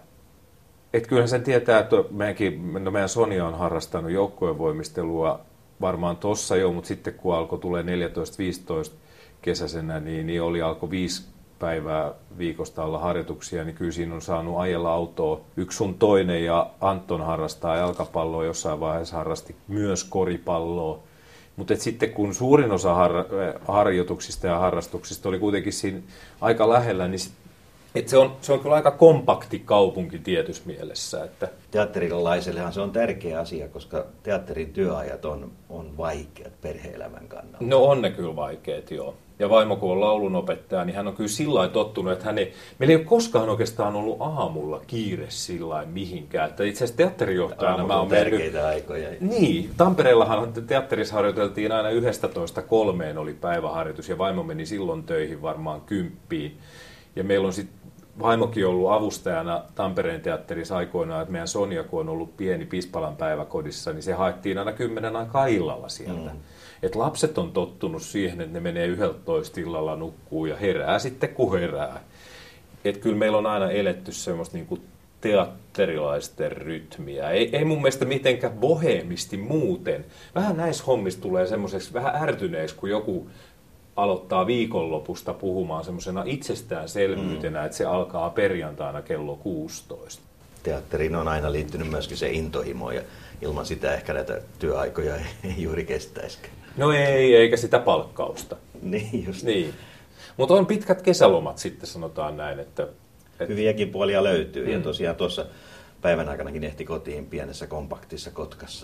et kyllähän sen tietää, että meidänkin, no meidän Sonia on harrastanut joukkuevoimistelua varmaan tossa jo, mutta sitten kun alkoi tulee neljätoista viisitoista kesäisenä, niin, niin oli alkoi viisi päivää viikosta olla harjoituksia, niin kyllä siinä on saanut ajella autoa yksi sun toinen, ja Anton harrastaa jalkapalloa, jossain vaiheessa harrasti myös koripalloa. Mutta sitten kun suurin osa har- harjoituksista ja harrastuksista oli kuitenkin siinä aika lähellä, niin sit, et se, on, se on kyllä aika kompakti kaupunki tietyssä mielessä. Että... Teatterilaisellehan se on tärkeä asia, koska teatterin työajat on, on vaikeat perhe-elämän kannalta. No on ne kyllä vaikeat, joo. Ja vaimo kun on laulunopettaja, niin hän on kyllä sillä lailla tottunut, että hän ei, meillä ei ole koskaan oikeastaan ollut aamulla kiire sillä lailla mihinkään. Että itse asiassa teatterijohtajana mä oon tärkeitä mennyt... aikoja. Niin, Tampereellahan teatterissa harjoiteltiin aina yksitoista kolmeen oli päiväharjoitus, ja vaimo meni silloin töihin varmaan kymppiin. Ja meillä on sitten vaimokin ollut avustajana Tampereen teatterissa aikoinaan, että meidän Sonia, kun on ollut pieni Pispalan päiväkodissa, niin se haettiin aina kymmenen aikaa illalla sieltä. Mm. Et lapset on tottunut siihen, että ne menee yhdeltätoista illalla nukkuu ja herää sitten, kun herää. Et kyllä meillä on aina eletty semmoista niinku teatterilaisten rytmiä. Ei, ei mun mielestä mitenkään boheemisti muuten. Vähän näissä hommissa tulee semmoiseksi vähän ärtyneeksi, kun joku aloittaa viikonlopusta puhumaan semmoisena itsestäänselvyytenä, mm. että se alkaa perjantaina kello kuusitoista. Teatteriin on aina liittynyt myöskin se intohimo, ja ilman sitä ehkä näitä työaikoja ei juuri kestäisikään. No ei, eikä sitä palkkausta. Niin just. Niin. Mutta on pitkät kesälomat sitten, sanotaan näin. Että, että... Hyviäkin puolia löytyy, mm. ja tosiaan tuossa päivän aikanakin ehti kotiin pienessä kompaktissa Kotkassa.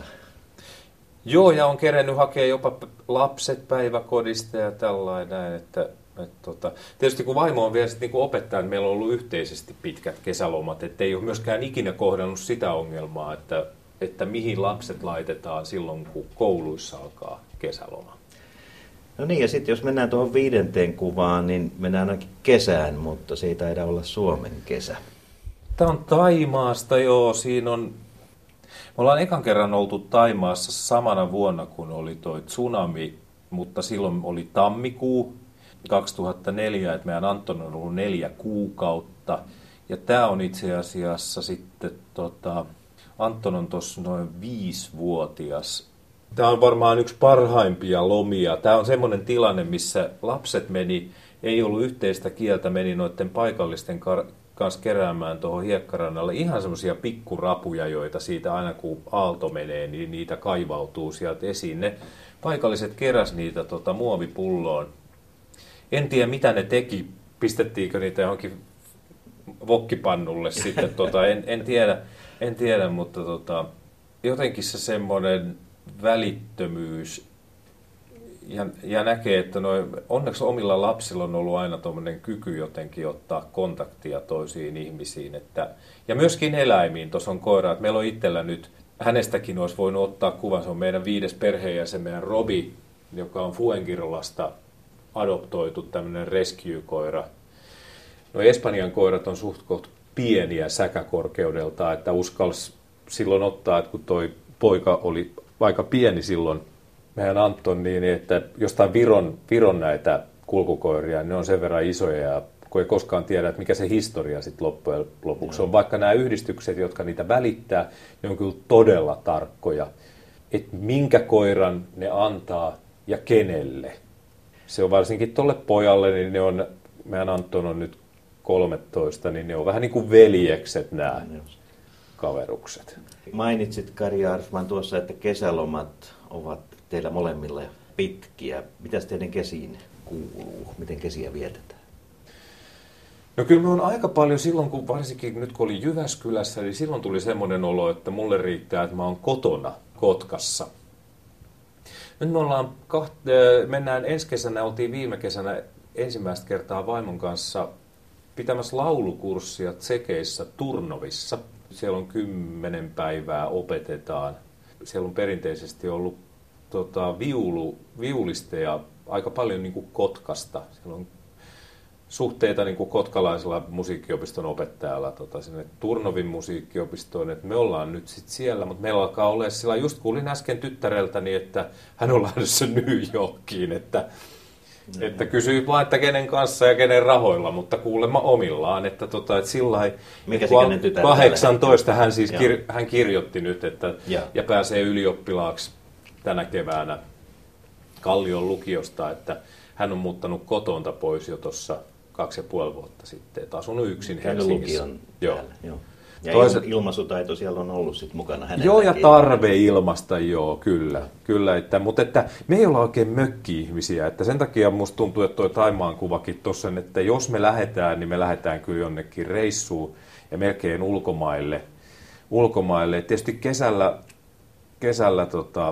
Joo, ja on kerennyt hakea jopa lapset päiväkodista ja tällainen, että, että tota, tietysti kun vaimo on vielä niin opettaja, niin meillä on ollut yhteisesti pitkät kesälomat, että ei ole myöskään ikinä kohdannut sitä ongelmaa, että, että mihin lapset laitetaan silloin, kun kouluissa alkaa kesäloma. No niin, ja sitten jos mennään tuohon viidenteen kuvaan, niin mennään ainakin kesään, mutta se ei taida olla Suomen kesä. Tämä on Thaimaasta, joo, siinä on... Me ollaan ekan kerran oltu Thaimaassa samana vuonna, kun oli toi tsunami, mutta silloin oli tammikuu kaksituhattaneljä, että meidän Anton on ollut neljä kuukautta. Ja tämä on itse asiassa sitten, tota, Anton on tuossa noin viisivuotias. Tämä on varmaan yksi parhaimpia lomia. Tämä on semmoinen tilanne, missä lapset meni, ei ollut yhteistä kieltä, meni noiden paikallisten kar- kanssa keräämään tuohon hiekkarannalle ihan semmoisia pikkurapuja, joita siitä aina kun aalto menee, niin niitä kaivautuu sieltä esiin. Ne paikalliset keräs niitä tota, muovipulloon. En tiedä mitä ne teki, pistettiinkö niitä johonkin wokkipannulle sitten, tota, en, en, tiedä, en tiedä, mutta tota, jotenkin se semmoinen välittömyys ja, ja näkee, että noi, onneksi omilla lapsilla on ollut aina tuommoinen kyky jotenkin ottaa kontaktia toisiin ihmisiin. Että, ja myöskin eläimiin, tuossa on koira, että meillä on itsellä nyt, hänestäkin olisi voinut ottaa kuvan, se on meidän viides perheenjäsen, meidän Robi, joka on Fuengirolasta adoptoitu tämmöinen rescue-koira. No Espanjan koirat on suht koht pieniä säkäkorkeudelta, että uskalsi silloin ottaa, että kun toi poika oli aika pieni silloin, meidän Anton, niin että jostain Viron, Viron näitä kulkukoiria, ne on sen verran isoja, ja kun ei koskaan tiedä, että mikä se historia sitten loppujen lopuksi on. Vaikka nämä yhdistykset, jotka niitä välittää, ne on kyllä todella tarkkoja, että minkä koiran ne antaa ja kenelle. Se on varsinkin tolle pojalle, niin ne on, meidän Anton on nyt kolmetoista, niin ne on vähän niin kuin veljekset nämä kaverukset. Mainitsit, Kari Arfman, tuossa, että kesälomat ovat teillä molemmilla pitkiä. Mitäs teidän kesiin kuuluu? Miten kesiä vietetään? No kyllä me on aika paljon silloin, kun varsinkin nyt kun oli Jyväskylässä, niin silloin tuli semmoinen olo, että mulle riittää, että mä oon kotona Kotkassa. Nyt me ollaan, kaht- mennään ensi kesänä, oltiin viime kesänä ensimmäistä kertaa vaimon kanssa pitämässä laulukurssia Tsekeissä Turnovissa. Siellä on kymmenen päivää opetetaan. Siellä on perinteisesti ollut tota, viulu, viulisteja aika paljon niin kuin Kotkasta. Siellä on suhteita niin kuin kotkalaisella musiikkiopiston opettajalla tota, sinne Turnovin musiikkiopistoon, että me ollaan nyt sitten siellä, mutta meillä alkaa olla sillä, just kuulin äsken tyttäreltäni, että hän on lähdössä New Yorkiin, että, mm. että kysyy vaan, että kenen kanssa ja kenen rahoilla, mutta kuulemma omillaan, että, tota, että sillä kahdeksantoista hän siis kir, hän kirjoitti nyt, että ja. ja pääsee ylioppilaaksi tänä keväänä Kallion lukiosta, että hän on muuttanut kotonta pois jo tuossa kaksi ja puoli vuotta sitten, että asunut yksin Helsingissä. Lukion joo. Joo. Ja Toiset... ilmaisutaito siellä on ollut sit mukana hänelläkin. Joo, ja tarve ilmasta, joo, kyllä. kyllä että, mutta että me ei olla oikein mökki-ihmisiä, että sen takia musta tuntuu, että tuo Taimaan kuvakin tuossa, että jos me lähdetään, niin me lähdetään kyllä jonnekin reissuun ja melkein ulkomaille. ulkomaille. Tietysti kesällä, kesällä tota,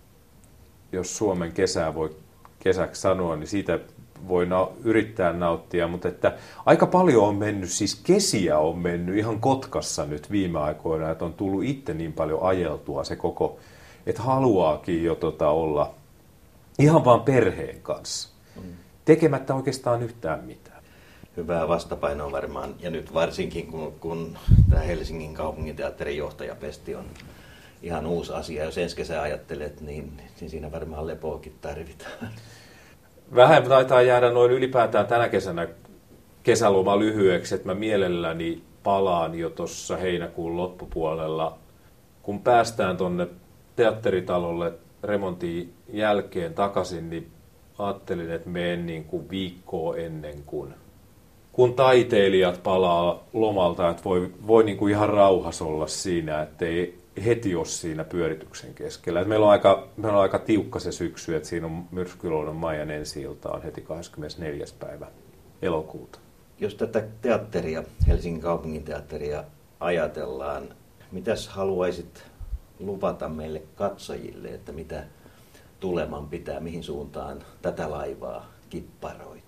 jos Suomen kesää voi kesäksi sanoa, niin siitä voi na- yrittää nauttia, mutta että aika paljon on mennyt, siis kesiä on mennyt ihan Kotkassa nyt viime aikoina, että on tullut itse niin paljon ajeltua se koko, että haluaakin jo tota olla ihan vaan perheen kanssa, tekemättä oikeastaan yhtään mitään. Hyvää vastapainoa varmaan, ja nyt varsinkin kun, kun tämä Helsingin kaupunginteatterin johtajapesti on ihan uusi asia, jos ensi kesää ajattelet, niin, niin siinä varmaan lepoakin tarvitaan. Vähän taitaa jäädä noin ylipäätään tänä kesänä kesäloma lyhyeksi, että mä mielelläni palaan jo tuossa heinäkuun loppupuolella. Kun päästään tuonne teatteritalolle remontin jälkeen takaisin, niin ajattelin, että menen niin kuin viikkoa ennen kuin kun taiteilijat palaa lomalta, että voi, voi niin kuin ihan rauhassa olla siinä, ettei heti ole siinä pyörityksen keskellä. Et meillä, on aika, meillä on aika tiukka se syksy, että siinä on Myrskyluodon Maijan ensi-ilta on heti kahdeskymmenesneljäs päivä elokuuta. Jos tätä teatteria, Helsingin kaupunginteatteria ajatellaan, mitäs haluaisit luvata meille katsojille, että mitä tuleman pitää, mihin suuntaan tätä laivaa kipparoit?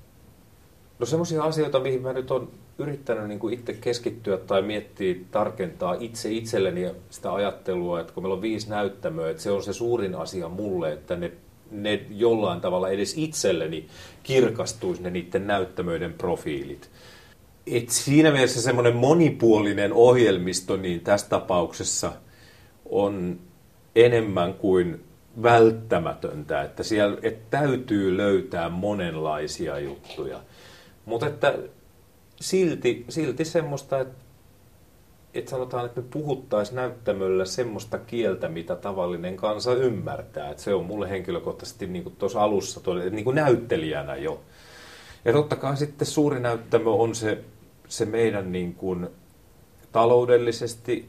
No semmoisia asioita, mihin mä nyt on yrittänyt niin kuin itse keskittyä tai miettiä, tarkentaa itse itselleni sitä ajattelua, että kun meillä on viisi näyttämöä, että se on se suurin asia mulle, että ne, ne jollain tavalla edes itselleni kirkastuisi ne niiden näyttämöiden profiilit. Et siinä mielessä semmoinen monipuolinen ohjelmisto niin tässä tapauksessa on enemmän kuin välttämätöntä, että siellä että täytyy löytää monenlaisia juttuja. Mutta että silti, silti semmoista, että, että sanotaan, että me puhuttaisiin näyttämöllä semmoista kieltä, mitä tavallinen kansa ymmärtää. Että se on mulle henkilökohtaisesti niin kuin tuossa alussa, niin kuin näyttelijänä jo. Ja totta kai sitten suuri näyttämö on se, se meidän niin kuin taloudellisesti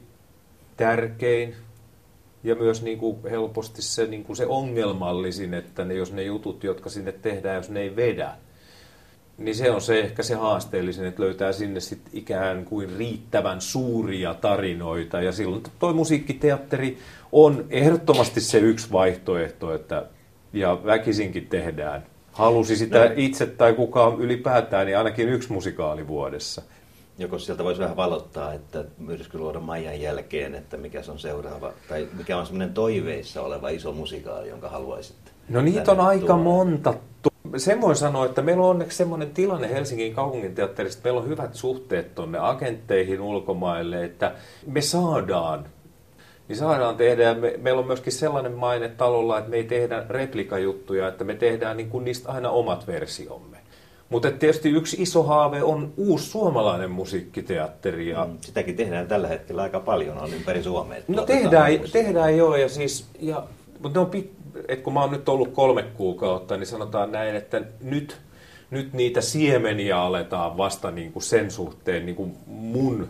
tärkein ja myös niin kuin helposti se, niin kuin se ongelmallisin, että ne, jos ne jutut, jotka sinne tehdään, jos ne ei vedä, niin se on se ehkä se haasteellisin, että löytää sinne sitten ikään kuin riittävän suuria tarinoita. Ja silloin toi musiikkiteatteri on ehdottomasti se yksi vaihtoehto, että ja väkisinkin tehdään. Halusi sitä no. itse tai kukaan ylipäätään, niin ainakin yksi musikaali vuodessa. Joko sieltä voisi vähän valottaa, että Myrskyluodon Maijan jälkeen, että mikä se on seuraava, tai mikä on semmoinen toiveissa oleva iso musikaali, jonka haluaisit? No niitä on aika tuoda. monta. Sen voi sanoa, että meillä on onneksi semmoinen tilanne Helsingin kaupunginteatterista, että meillä on hyvät suhteet tuonne agentteihin ulkomaille, että me saadaan, niin saadaan tehdä, ja me, meillä on myöskin sellainen maine talolla, että me ei tehdä replikajuttuja, että me tehdään niin kuin niistä aina omat versiomme. Mutta tietysti yksi iso haave on uusi suomalainen musiikkiteatteri. Ja mm, sitäkin tehdään tällä hetkellä aika paljon, on ympäri Suomea. No tehdään, tehdään joo, ja siis, ja, mutta ne on pit, et kun mä oon nyt ollut kolme kuukautta, niin sanotaan näin, että nyt, nyt niitä siemeniä aletaan vasta niin kuin sen suhteen niin kuin mun,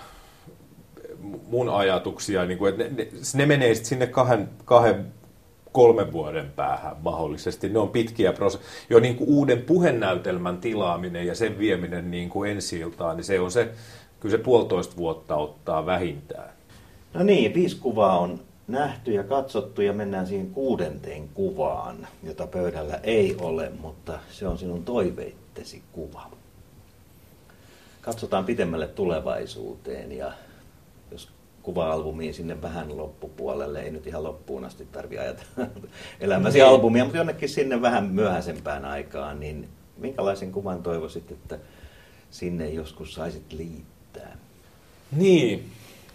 mun ajatuksia, niin kuin, että ne, ne, ne menee sitten sinne kahden, kahden kolmen vuoden päähän mahdollisesti. Ne on pitkiä prosesseja. Jo niin kuin uuden puhenäytelmän tilaaminen ja sen vieminen niin kuin ensi-iltaan, niin se on se, kyllä se puolitoista vuotta ottaa vähintään. No niin, viisi kuvaa on nähty ja katsottu ja mennään siihen kuudenteen kuvaan, jota pöydällä ei ole, mutta se on sinun toiveittesi kuva. Katsotaan pitemmälle tulevaisuuteen ja jos kuva-albumiin sinne vähän loppupuolelle, ei nyt ihan loppuun asti tarvitse ajatella elämäsi niin. albumia, mutta jonnekin sinne vähän myöhäisempään aikaan, niin minkälaisen kuvan toivoisit, että sinne joskus saisit liittää? Niin.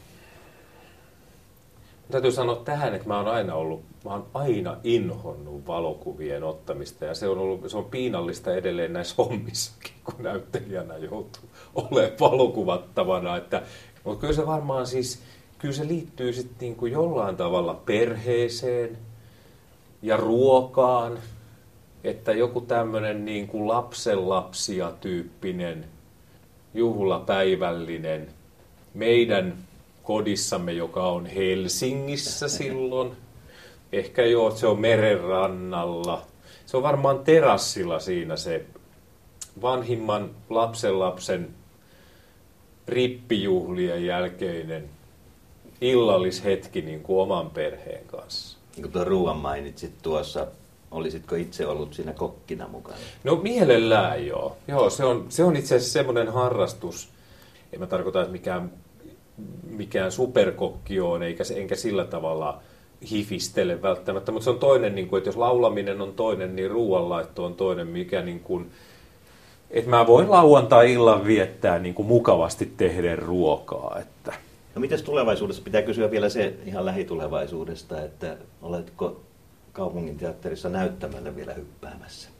Täytyy sanoa tähän, että mä oon aina ollut, mä oon aina inhonnut valokuvien ottamista ja se on, ollut, se on piinallista edelleen näissä hommissakin, kun näyttelijänä joutuu olemaan valokuvattavana. Että, mutta kyllä se varmaan siis, kyllä se liittyy sitten niin kuin jollain tavalla perheeseen ja ruokaan, että joku tämmöinen niin kuin lapsenlapsia tyyppinen juhlapäivällinen meidän kodissamme, joka on Helsingissä silloin. Ehkä joo, se on merenrannalla. Se on varmaan terassilla siinä se vanhimman lapsenlapsen rippijuhlien jälkeinen illallishetki niin kuin oman perheen kanssa. Kun tuon ruuan mainitsit tuossa, olisitko itse ollut siinä kokkina mukana? No mielellään joo. Joo, se on, se on itse asiassa semmoinen harrastus. En mä tarkoita, että mikään mikään superkokki on, eikä, enkä sillä tavalla hifistele välttämättä, mutta se on toinen, niin kuin, että jos laulaminen on toinen, niin ruoanlaitto on toinen, mikä niin kuin, että mä voin lauantai-illan viettää niin kuin mukavasti tehden ruokaa. Että. No mites tulevaisuudessa? Pitää kysyä vielä se ihan lähitulevaisuudesta, että oletko kaupunginteatterissa näyttämällä vielä hyppäämässä?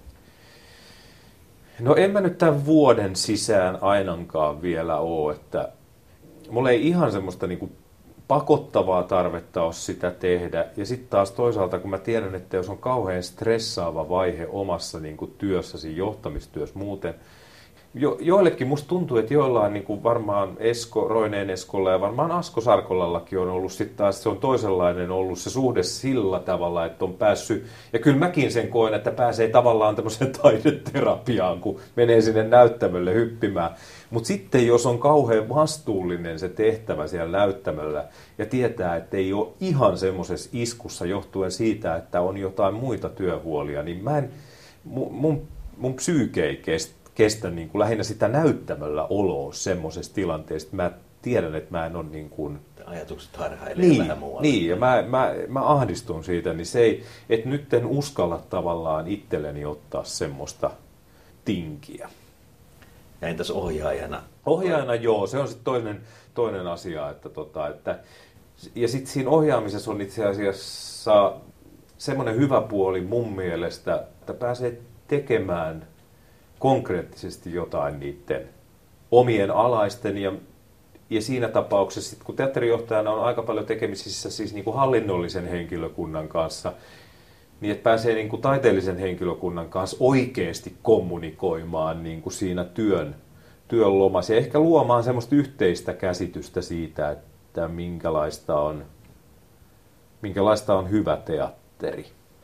No en mä nyt tämän vuoden sisään ainakaan vielä ole, että mulla ei ihan semmoista niinku pakottavaa tarvetta ole sitä tehdä. Ja sitten taas toisaalta, kun mä tiedän, että jos on kauhean stressaava vaihe omassa niinku työssäsi, johtamistyössä muuten, jo, joillekin musta tuntuu, että joillain niinku varmaan Esko, Roineen Eskolla ja varmaan Asko Sarkolallakin on ollut sitten taas, se on toisenlainen ollut se suhde sillä tavalla, että on päässyt, ja kyllä mäkin sen koen, että pääsee tavallaan tämmöiseen taideterapiaan, kun menee sinne näyttämölle hyppimään. Mutta sitten jos on kauhean vastuullinen se tehtävä siellä näyttämöllä ja tietää, että ei ole ihan semmoisessa iskussa johtuen siitä, että on jotain muita työhuolia, niin mä en, mun, mun psyyke ei kestä. kestä niin kuin lähinnä sitä näyttämöllä oloa semmoisessa tilanteessa, mä tiedän, että mä en ole niin kuin. Ajatukset harhailee niin, vähän muualle. Niin, ja mä, mä, mä ahdistun siitä, niin se ei, että nyt en uskalla tavallaan itselleni ottaa semmoista tinkiä. Ja entäs ohjaajana? Ohjaajana joo, se on sitten toinen, toinen asia, että tota, että, ja sitten siinä ohjaamisessa on itse asiassa semmoinen hyvä puoli mun mielestä, että pääsee tekemään konkreettisesti jotain niiden omien alaisten ja, ja siinä tapauksessa, kun teatterijohtajana on aika paljon tekemisissä siis niin kuin hallinnollisen henkilökunnan kanssa, niin että pääsee niin kuin taiteellisen henkilökunnan kanssa oikeasti kommunikoimaan niin kuin siinä työn, työn lomassa ja ehkä luomaan semmoista yhteistä käsitystä siitä, että minkälaista on, minkälaista on hyvä teatteri.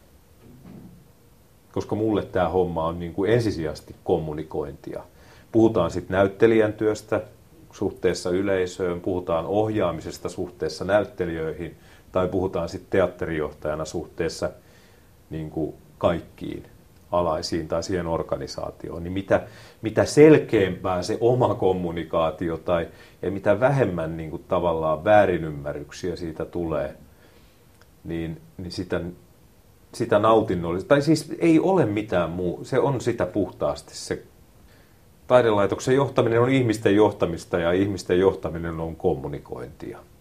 Koska mulle tämä homma on niin kuin ensisijaisesti kommunikointia. Puhutaan sitten näyttelijän työstä suhteessa yleisöön, puhutaan ohjaamisesta suhteessa näyttelijöihin, tai puhutaan sitten teatterijohtajana suhteessa niin kuin kaikkiin alaisiin tai siihen organisaatioon. Niin mitä, mitä selkeämpää se oma kommunikaatio tai ja mitä vähemmän niin kuin tavallaan väärinymmärryksiä siitä tulee, niin, niin sitä sitä nautinnollista, tai siis ei ole mitään muu, se on sitä puhtaasti. Se taidelaitoksen johtaminen on ihmisten johtamista ja ihmisten johtaminen on kommunikointia.